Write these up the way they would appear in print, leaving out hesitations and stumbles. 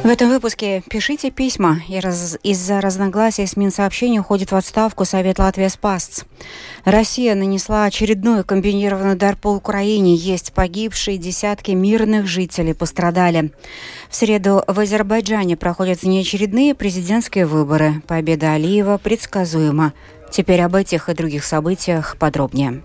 В этом выпуске пишите письма. Из-за разногласий с Минсообщением уходит в отставку Совет Латвии СПАСЦ. Россия нанесла очередной комбинированный удар по Украине. Есть погибшие, десятки мирных жителей пострадали. В среду в Азербайджане проходят внеочередные президентские выборы. Победа Алиева предсказуема. Теперь об этих и других событиях подробнее.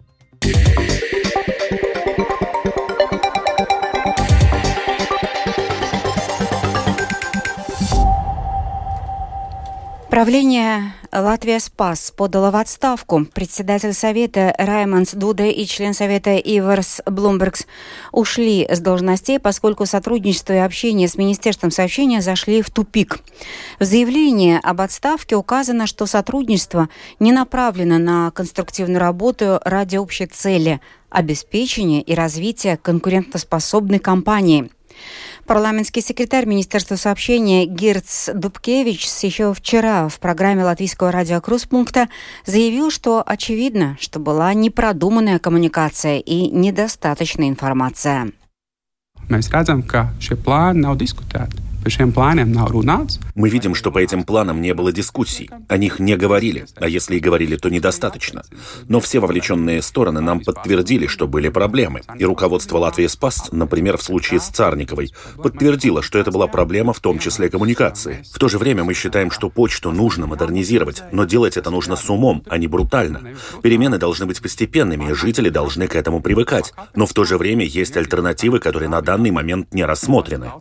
Правление Латвия СПАС подало в отставку. Председатель Совета Раймонds Дуде и член Совета Иварс Блумбергс ушли с должностей, поскольку сотрудничество и общение с Министерством сообщения зашли в тупик. В заявлении об отставке указано, что сотрудничество не направлено на конструктивную работу ради общей цели – обеспечения и развития конкурентоспособной компании. Парламентский секретарь Министерства сообщения Гирц Дубкевич еще вчера в программе латвийского радио «Круспункта» заявил, что очевидно, что была непродуманная коммуникация и недостаточная информация. Мы видим, что по этим планам не было дискуссий. О них не говорили, а если и говорили, то недостаточно. Но все вовлеченные стороны нам подтвердили, что были проблемы. И руководство Латвии СПАС, например, в случае с Царниковой, подтвердило, что это была проблема, в том числе коммуникации. В то же время мы считаем, что почту нужно модернизировать, но делать это нужно с умом, а не брутально. Перемены должны быть постепенными, и жители должны к этому привыкать. Но в то же время есть альтернативы, которые на данный момент не рассмотрены.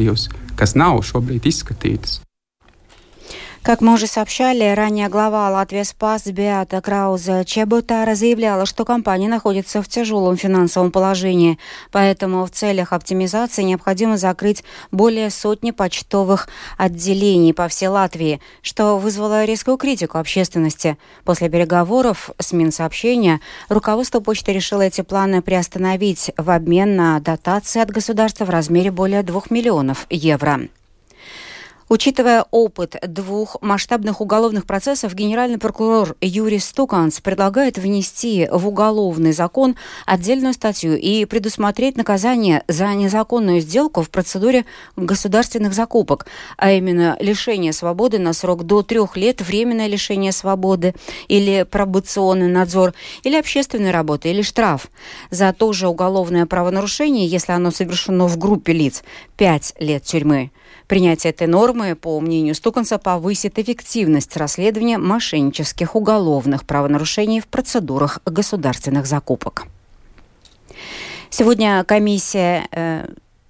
Как мы уже сообщали, ранее глава Латвии СПАС Беата Крауза-Чеботара заявляла, что компания находится в тяжелом финансовом положении, поэтому в целях оптимизации необходимо закрыть более сотни почтовых отделений по всей Латвии, что вызвало резкую критику общественности. После переговоров с Минсообщения руководство почты решило эти планы приостановить в обмен на дотации от государства в размере более 2 миллионов евро. Учитывая опыт 2 масштабных уголовных процессов, генеральный прокурор Юрис Стуканс предлагает внести в уголовный закон отдельную статью и предусмотреть наказание за незаконную сделку в процедуре государственных закупок, а именно лишение свободы на срок до 3 лет, временное лишение свободы или пробационный надзор, или общественная работа, или штраф. За то же уголовное правонарушение, если оно совершено в группе лиц, 5 лет тюрьмы. Принятие этой нормы, по мнению Стуканса, повысит эффективность расследования мошеннических уголовных правонарушений в процедурах государственных закупок. Сегодня комиссия...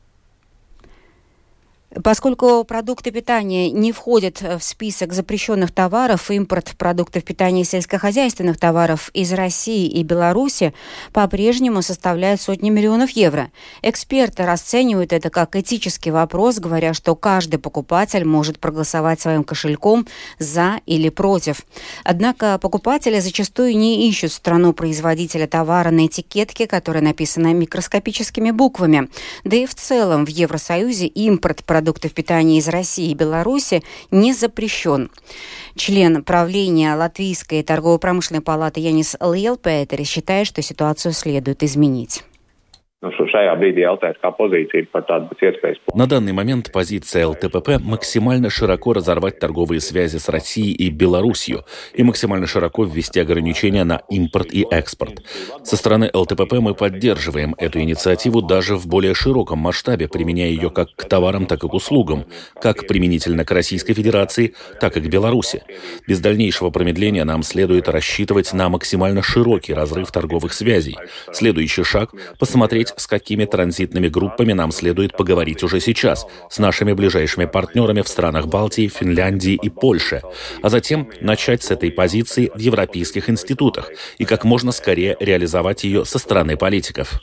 Поскольку продукты питания не входят в список запрещенных товаров, импорт продуктов питания и сельскохозяйственных товаров из России и Беларуси по-прежнему составляет сотни миллионов евро. Эксперты расценивают это как этический вопрос, говоря, что каждый покупатель может проголосовать своим кошельком за или против. Однако покупатели зачастую не ищут страну-производителя товара на этикетке, которая написана микроскопическими буквами. Да и в целом в Евросоюзе импорт продуктов питания из России и Беларуси не запрещен. Член правления Латвийской торгово-промышленной палаты Янис Лиелпēteris считает, что ситуацию следует изменить. На данный момент позиция ЛТПП максимально широко разорвать торговые связи с Россией и Беларусью и максимально широко ввести ограничения на импорт и экспорт. Со стороны ЛТПП мы поддерживаем эту инициативу даже в более широком масштабе, применяя ее как к товарам, так и к услугам, как применительно к Российской Федерации, так и к Беларуси. Без дальнейшего промедления нам следует рассчитывать на максимально широкий разрыв торговых связей. Следующий шаг – посмотреть, с какими транзитными группами нам следует поговорить уже сейчас, с нашими ближайшими партнерами в странах Балтии, Финляндии и Польши, а затем начать с этой позиции в европейских институтах и как можно скорее реализовать ее со стороны политиков.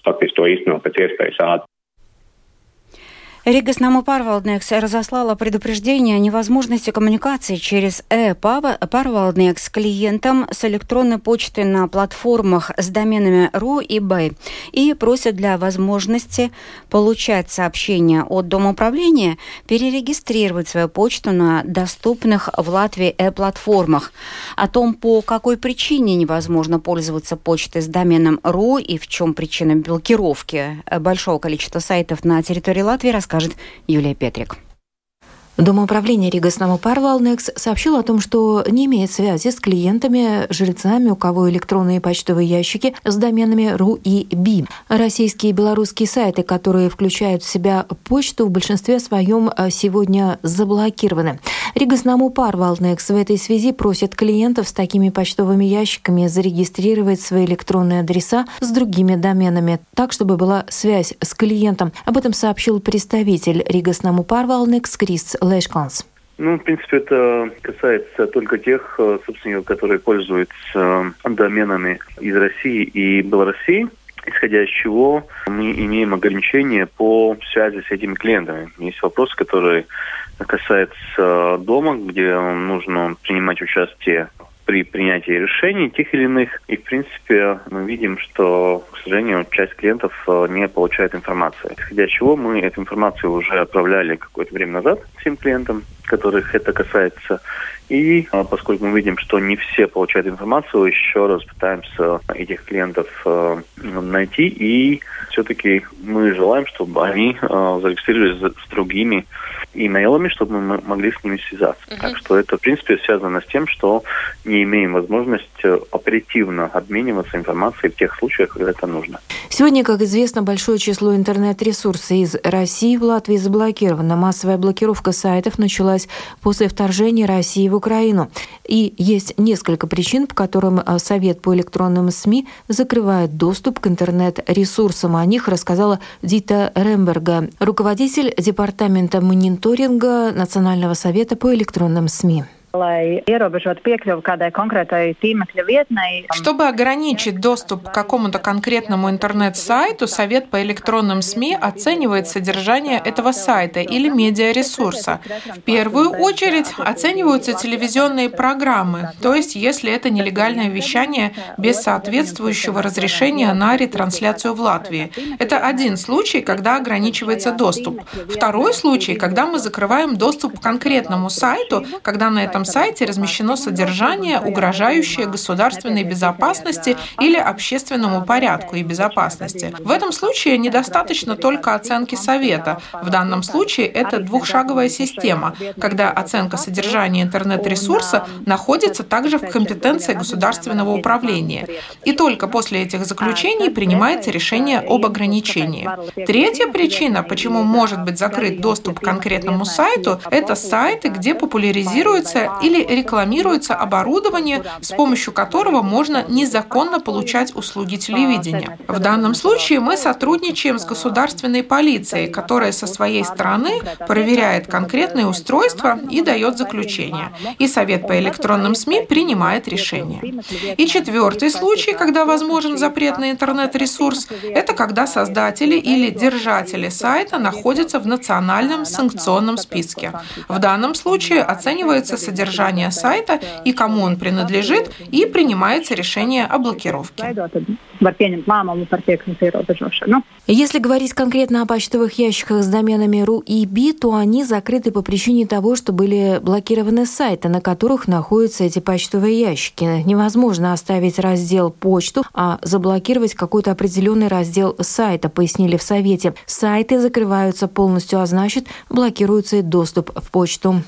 Риgas Namu pārvaldnieks разослала предупреждение о невозможности коммуникации через e-pārvaldnieks с клиентом с электронной почтой на платформах с доменами .ru и .by и просит для возможности получать сообщения от Домоуправления перерегистрировать свою почту на доступных в Латвии e-платформах. О том, по какой причине невозможно пользоваться почтой с доменом .ru и в чем причина блокировки большого количества сайтов на территории Латвии, расскажет Юлия Петрик. Дом управления Риgas Namu Pārvaldnieks сообщил о том, что не имеет связи с клиентами, жильцами, у кого электронные почтовые ящики с доменами .ru и .bi. Российские и белорусские сайты, которые включают в себя почту, в большинстве своем сегодня заблокированы. Риgas Namu Pārvaldnieks в этой связи просит клиентов с такими почтовыми ящиками зарегистрировать свои электронные адреса с другими доменами, так, чтобы была связь с клиентом. Об этом сообщил представитель Риgas Namu Pārvaldnieks Крис Лешканс. В принципе, это касается только тех собственников, которые пользуются доменами из России и Белоруссии, исходя из чего мы имеем ограничения по связи с этими клиентами. Есть вопросы, которые касаются дома, где нужно принимать участие при принятии решений тех или иных. И, в принципе, мы видим, что, к сожалению, часть клиентов не получает информацию. Исходя из чего мы эту информацию уже отправляли какое-то время назад всем клиентам, которых это касается. И поскольку мы видим, что не все получают информацию, еще раз пытаемся этих клиентов найти. И все-таки мы желаем, чтобы они зарегистрировались с другими имейлами, чтобы мы могли с ними связаться. Так что это, в принципе, связано с тем, что не имеем возможности оперативно обмениваться информацией в тех случаях, когда это нужно. Сегодня, как известно, большое число интернет-ресурсов из России в Латвии заблокировано. Массовая блокировка сайтов началась после вторжения России в Украину. И есть несколько причин, по которым Совет по электронным СМИ закрывает доступ к интернет-ресурсам. О них рассказала Дита Ремберга, руководитель департамента мониторинга Национального совета по электронным СМИ. Чтобы ограничить доступ к какому-то конкретному интернет-сайту, Совет по электронным СМИ оценивает содержание этого сайта или медиаресурса. В первую очередь оцениваются телевизионные программы, то есть если это нелегальное вещание без соответствующего разрешения на ретрансляцию в Латвии. Это один случай, когда ограничивается доступ. Второй случай, когда мы закрываем доступ к конкретному сайту, когда на этом сайте размещено содержание, угрожающее государственной безопасности или общественному порядку и безопасности. В этом случае недостаточно только оценки Совета. В данном случае это двухшаговая система, когда оценка содержания интернет-ресурса находится также в компетенции государственного управления. И только после этих заключений принимается решение об ограничении. Третья причина, почему может быть закрыт доступ к конкретному сайту, это сайты, где популяризируется или рекламируется оборудование, с помощью которого можно незаконно получать услуги телевидения. В данном случае мы сотрудничаем с государственной полицией, которая со своей стороны проверяет конкретные устройства и дает заключение. И Совет по электронным СМИ принимает решение. И четвертый случай, когда возможен запрет на интернет-ресурс, это когда создатели или держатели сайта находятся в национальном санкционном списке. В данном случае оценивается содержание сайта и кому он принадлежит, и принимается решение о блокировке. Если говорить конкретно о почтовых ящиках с доменами .ru и .bi, то они закрыты по причине того, что были блокированы сайты, на которых находятся эти почтовые ящики. Невозможно оставить раздел «Почту», а заблокировать какой-то определенный раздел сайта, пояснили в Совете. Сайты закрываются полностью, а значит, блокируется и доступ в почту.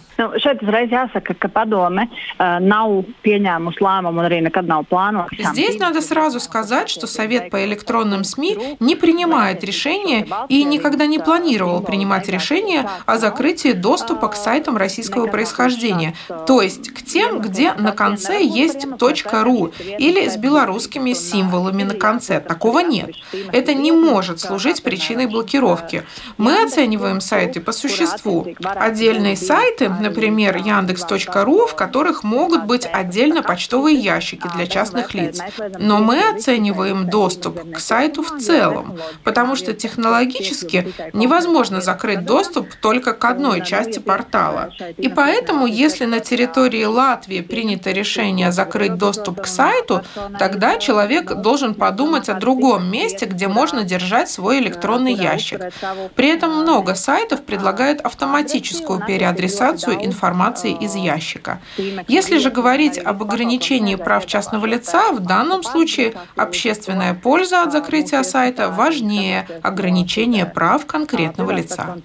Здесь надо сразу сказать, что Совет по электронным СМИ не принимает решения и никогда не планировал принимать решения о закрытии доступа к сайтам российского происхождения, то есть к тем, где на конце есть .ru или с белорусскими символами на конце. Такого нет. Это не может служить причиной блокировки. Мы оцениваем сайты по существу. Отдельные сайты, например, Яндекс.ру, в которых могут быть отдельно почтовые ящики для частных лиц. Но мы оцениваем доступ к сайту в целом, потому что технологически невозможно закрыть доступ только к одной части портала. И поэтому, если на территории Латвии принято решение закрыть доступ к сайту, тогда человек должен подумать о другом месте, где можно держать свой электронный ящик. При этом много сайтов предлагают автоматическую переадресацию информации из ящика. ящика. Если же говорить об ограничении прав частного лица, в данном случае общественная польза от закрытия сайта важнее ограничения прав конкретного лица.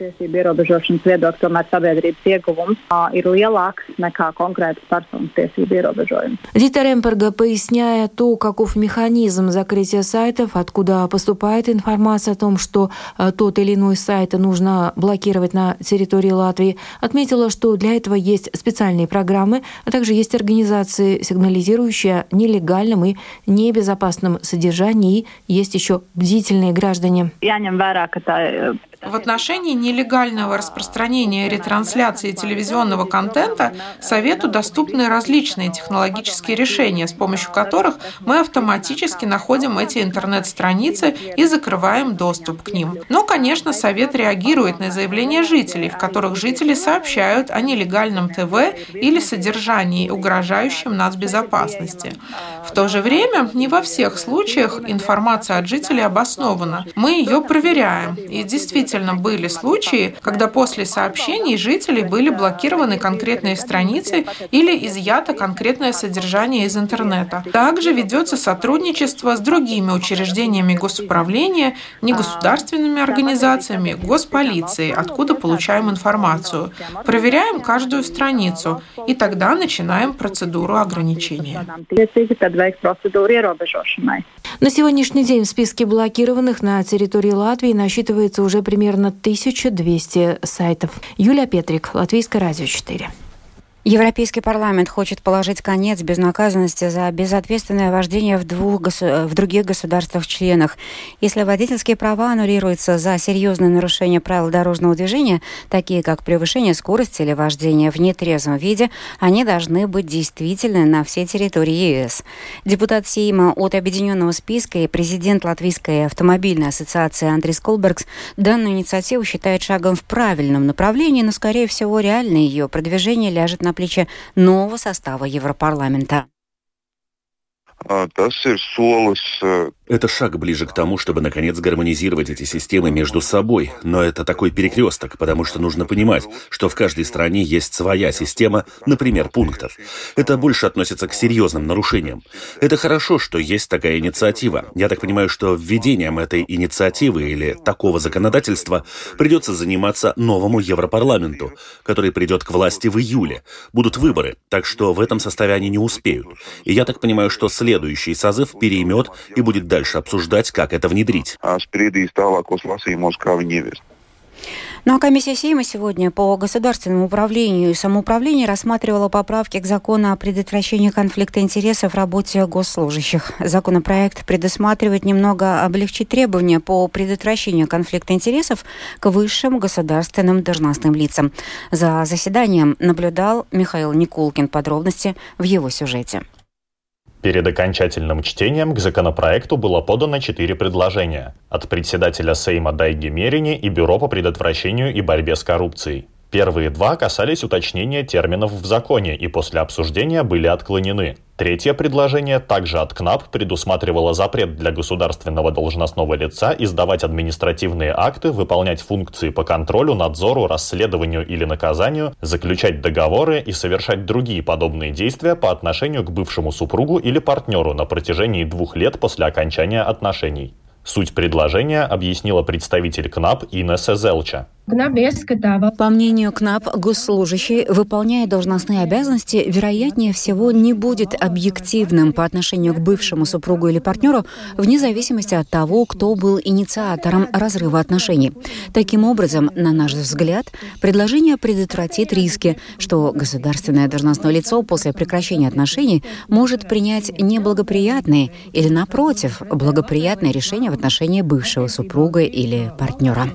Дита Ремберга, поясняя то, каков механизм закрытия сайтов, откуда поступает информация о том, что тот или иной сайт нужно блокировать на территории Латвии, отметила, что для этого есть специальные программы, а также есть организации, сигнализирующие о нелегальном и небезопасном содержании, и есть еще бдительные граждане. В отношении нелегального распространения и ретрансляции телевизионного контента Совету доступны различные технологические решения, с помощью которых мы автоматически находим эти интернет-страницы и закрываем доступ к ним. Но, конечно, Совет реагирует на заявления жителей, в которых жители сообщают о нелегальном ТВ или содержании, угрожающем нацбезопасности. В то же время, не во всех случаях информация от жителей обоснована. Мы ее проверяем, и действительно были случаи, когда после сообщений жителей были блокированы конкретные страницы или изъято конкретное содержание из интернета. Также ведется сотрудничество с другими учреждениями госуправления, негосударственными организациями, госполицией, откуда получаем информацию. Проверяем каждую страницу, и тогда начинаем процедуру ограничения. На сегодняшний день в списке блокированных на территории Латвии насчитывается уже примерно 1200 сайтов. Юлия Петрик, Латвийское радио 4. Европейский парламент хочет положить конец безнаказанности за безответственное вождение в других государствах-членах. Если водительские права аннулируются за серьезные нарушения правил дорожного движения, такие как превышение скорости или вождение в нетрезвом виде, они должны быть действительны на всей территории ЕС. Депутат Сейма от Объединенного списка и президент Латвийской автомобильной ассоциации Андрис Колбергс данную инициативу считает шагом в правильном направлении, но, скорее всего, реальное ее продвижение ляжет на плечи нового состава Европарламента. Это шаг ближе к тому, чтобы, наконец, гармонизировать эти системы между собой. Но это такой перекресток, потому что нужно понимать, что в каждой стране есть своя система, например, пунктов. Это больше относится к серьезным нарушениям. Это хорошо, что есть такая инициатива. Я так понимаю, что введением этой инициативы или такого законодательства придется заниматься новому Европарламенту, который придет к власти в июле. Будут выборы, так что в этом составе они не успеют. И я так понимаю, что следующий созыв переймет и будет дальше обсуждать, как это внедрить. Ну а комиссия Сейма сегодня по государственному управлению и самоуправлению рассматривала поправки к закону о предотвращении конфликта интересов в работе госслужащих. Законопроект предусматривает немного облегчить требования по предотвращению конфликта интересов к высшим государственным должностным лицам. За заседанием наблюдал Михаил Никулкин. Подробности в его сюжете. Перед окончательным чтением к законопроекту было подано 4 предложения от председателя Сейма Дайги Мерини и Бюро по предотвращению и борьбе с коррупцией. Первые 2 касались уточнения терминов в законе и после обсуждения были отклонены. Третье предложение, также от КНАП, предусматривало запрет для государственного должностного лица издавать административные акты, выполнять функции по контролю, надзору, расследованию или наказанию, заключать договоры и совершать другие подобные действия по отношению к бывшему супругу или партнеру на протяжении 2 лет после окончания отношений. Суть предложения объяснила представитель КНАП Инесса Зелча. По мнению КНАП, госслужащий, выполняя должностные обязанности, вероятнее всего не будет объективным по отношению к бывшему супругу или партнеру, вне зависимости от того, кто был инициатором разрыва отношений. Таким образом, на наш взгляд, предложение предотвратит риски, что государственное должностное лицо после прекращения отношений может принять неблагоприятные или, напротив, благоприятные решения в отношении бывшего супруга или партнера.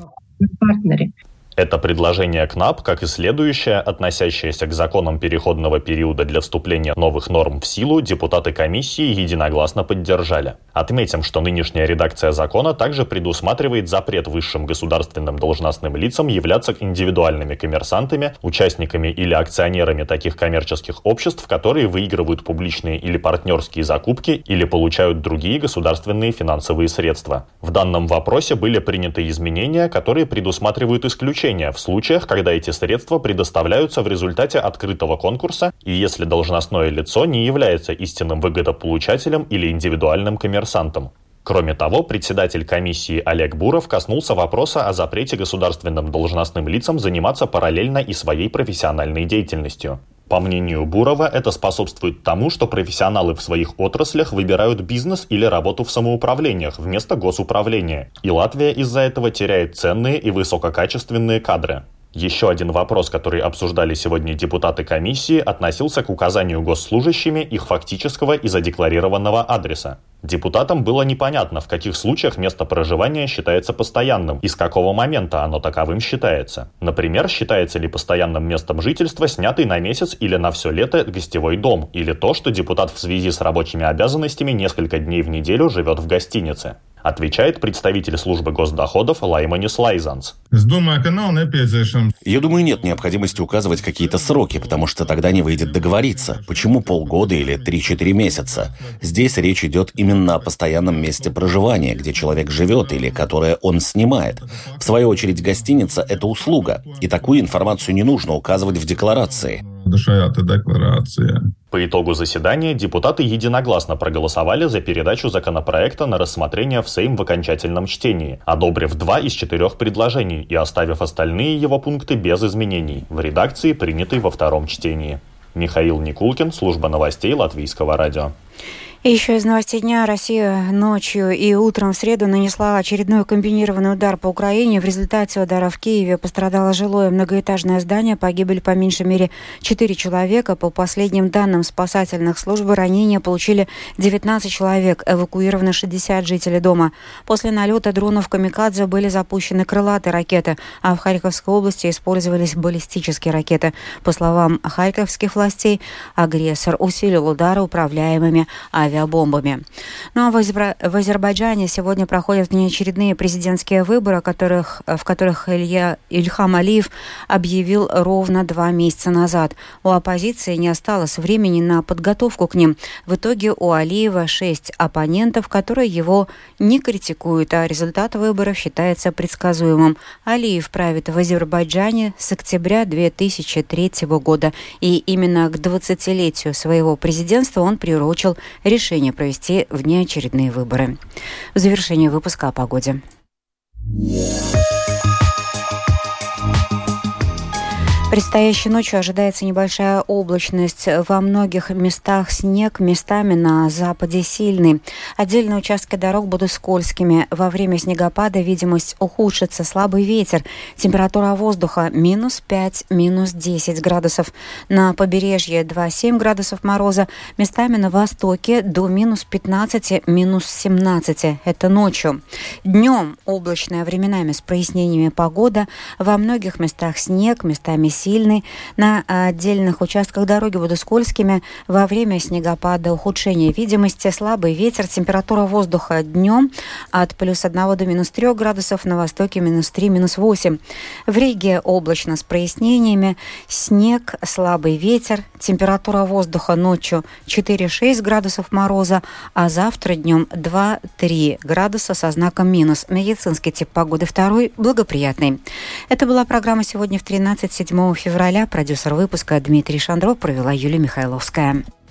Это предложение КНАП, как и следующее, относящееся к законам переходного периода для вступления новых норм в силу, депутаты комиссии единогласно поддержали. Отметим, что нынешняя редакция закона также предусматривает запрет высшим государственным должностным лицам являться индивидуальными коммерсантами, участниками или акционерами таких коммерческих обществ, которые выигрывают публичные или партнерские закупки или получают другие государственные финансовые средства. В данном вопросе были приняты изменения, которые предусматривают исключение исключения в случаях, когда эти средства предоставляются в результате открытого конкурса и если должностное лицо не является истинным выгодополучателем или индивидуальным коммерсантом. Кроме того, председатель комиссии Олег Буров коснулся вопроса о запрете государственным должностным лицам заниматься параллельно и своей профессиональной деятельностью. По мнению Бурова, это способствует тому, что профессионалы в своих отраслях выбирают бизнес или работу в самоуправлениях вместо госуправления, и Латвия из-за этого теряет ценные и высококачественные кадры. Еще один вопрос, который обсуждали сегодня депутаты комиссии, относился к указанию госслужащими их фактического и задекларированного адреса. Депутатам было непонятно, в каких случаях место проживания считается постоянным и с какого момента оно таковым считается. Например, считается ли постоянным местом жительства снятый на месяц или на все лето гостевой дом, или то, что депутат в связи с рабочими обязанностями несколько дней в неделю живет в гостинице. Отвечает представитель службы госдоходов Лайманис Лайзанс. Я думаю, нет необходимости указывать какие-то сроки, потому что тогда не выйдет договориться. Почему полгода или 3-4 месяца? Здесь речь идет именно о постоянном месте проживания, где человек живет или которое он снимает. В свою очередь, гостиница – это услуга, и такую информацию не нужно указывать в декларации. По итогу заседания депутаты единогласно проголосовали за передачу законопроекта на рассмотрение в Сейм в окончательном чтении, одобрив 2 из 4 предложений и оставив остальные его пункты без изменений в редакции, принятой во втором чтении. Михаил Никулкин, служба новостей Латвийского радио. И еще из новостей дня. Россия ночью и утром в среду нанесла очередной комбинированный удар по Украине. В результате удара в Киеве пострадало жилое многоэтажное здание. Погибли по меньшей мере 4 человека. По последним данным спасательных служб, ранения получили 19 человек. Эвакуировано 60 жителей дома. После налета дронов «Камикадзе» были запущены крылатые ракеты, а в Харьковской области использовались баллистические ракеты. По словам харьковских властей, агрессор усилил удары управляемыми авиабомбами. Ну а в Азербайджане сегодня проходят внеочередные президентские выборы, в которых Ильхам Алиев объявил ровно 2 месяца назад. У оппозиции не осталось времени на подготовку к ним. В итоге у Алиева 6 оппонентов, которые его не критикуют, а результат выборов считается предсказуемым. Алиев правит в Азербайджане с октября 2003 года. И именно к 20-летию своего президентства он приурочил решение провести внеочередные выборы. В завершение выпуска о погоде. Предстоящей ночью ожидается небольшая облачность. Во многих местах снег, местами на западе сильный. Отдельные участки дорог будут скользкими. Во время снегопада видимость ухудшится, слабый ветер. Температура воздуха -5, -10 градусов. На побережье 2-7 градусов мороза. Местами на востоке до -15, -17. Это ночью. Днем облачная, временами с прояснениями погода. Во многих местах снег, местами сильный. На отдельных участках дороги будут скользкими. Во время снегопада ухудшение видимости, слабый ветер. Температура воздуха днем от +1 до -3 градусов, на востоке -3, -8. В Риге облачно с прояснениями, снег, слабый ветер. Температура воздуха ночью 4-6 градусов мороза, а завтра днем 2-3 градуса со знаком минус. Медицинский тип погоды второй, благоприятный. Это была программа «Сегодня в 13», 7 февраля. Продюсер выпуска Дмитрий Шандров, провела Юлия Михайловская.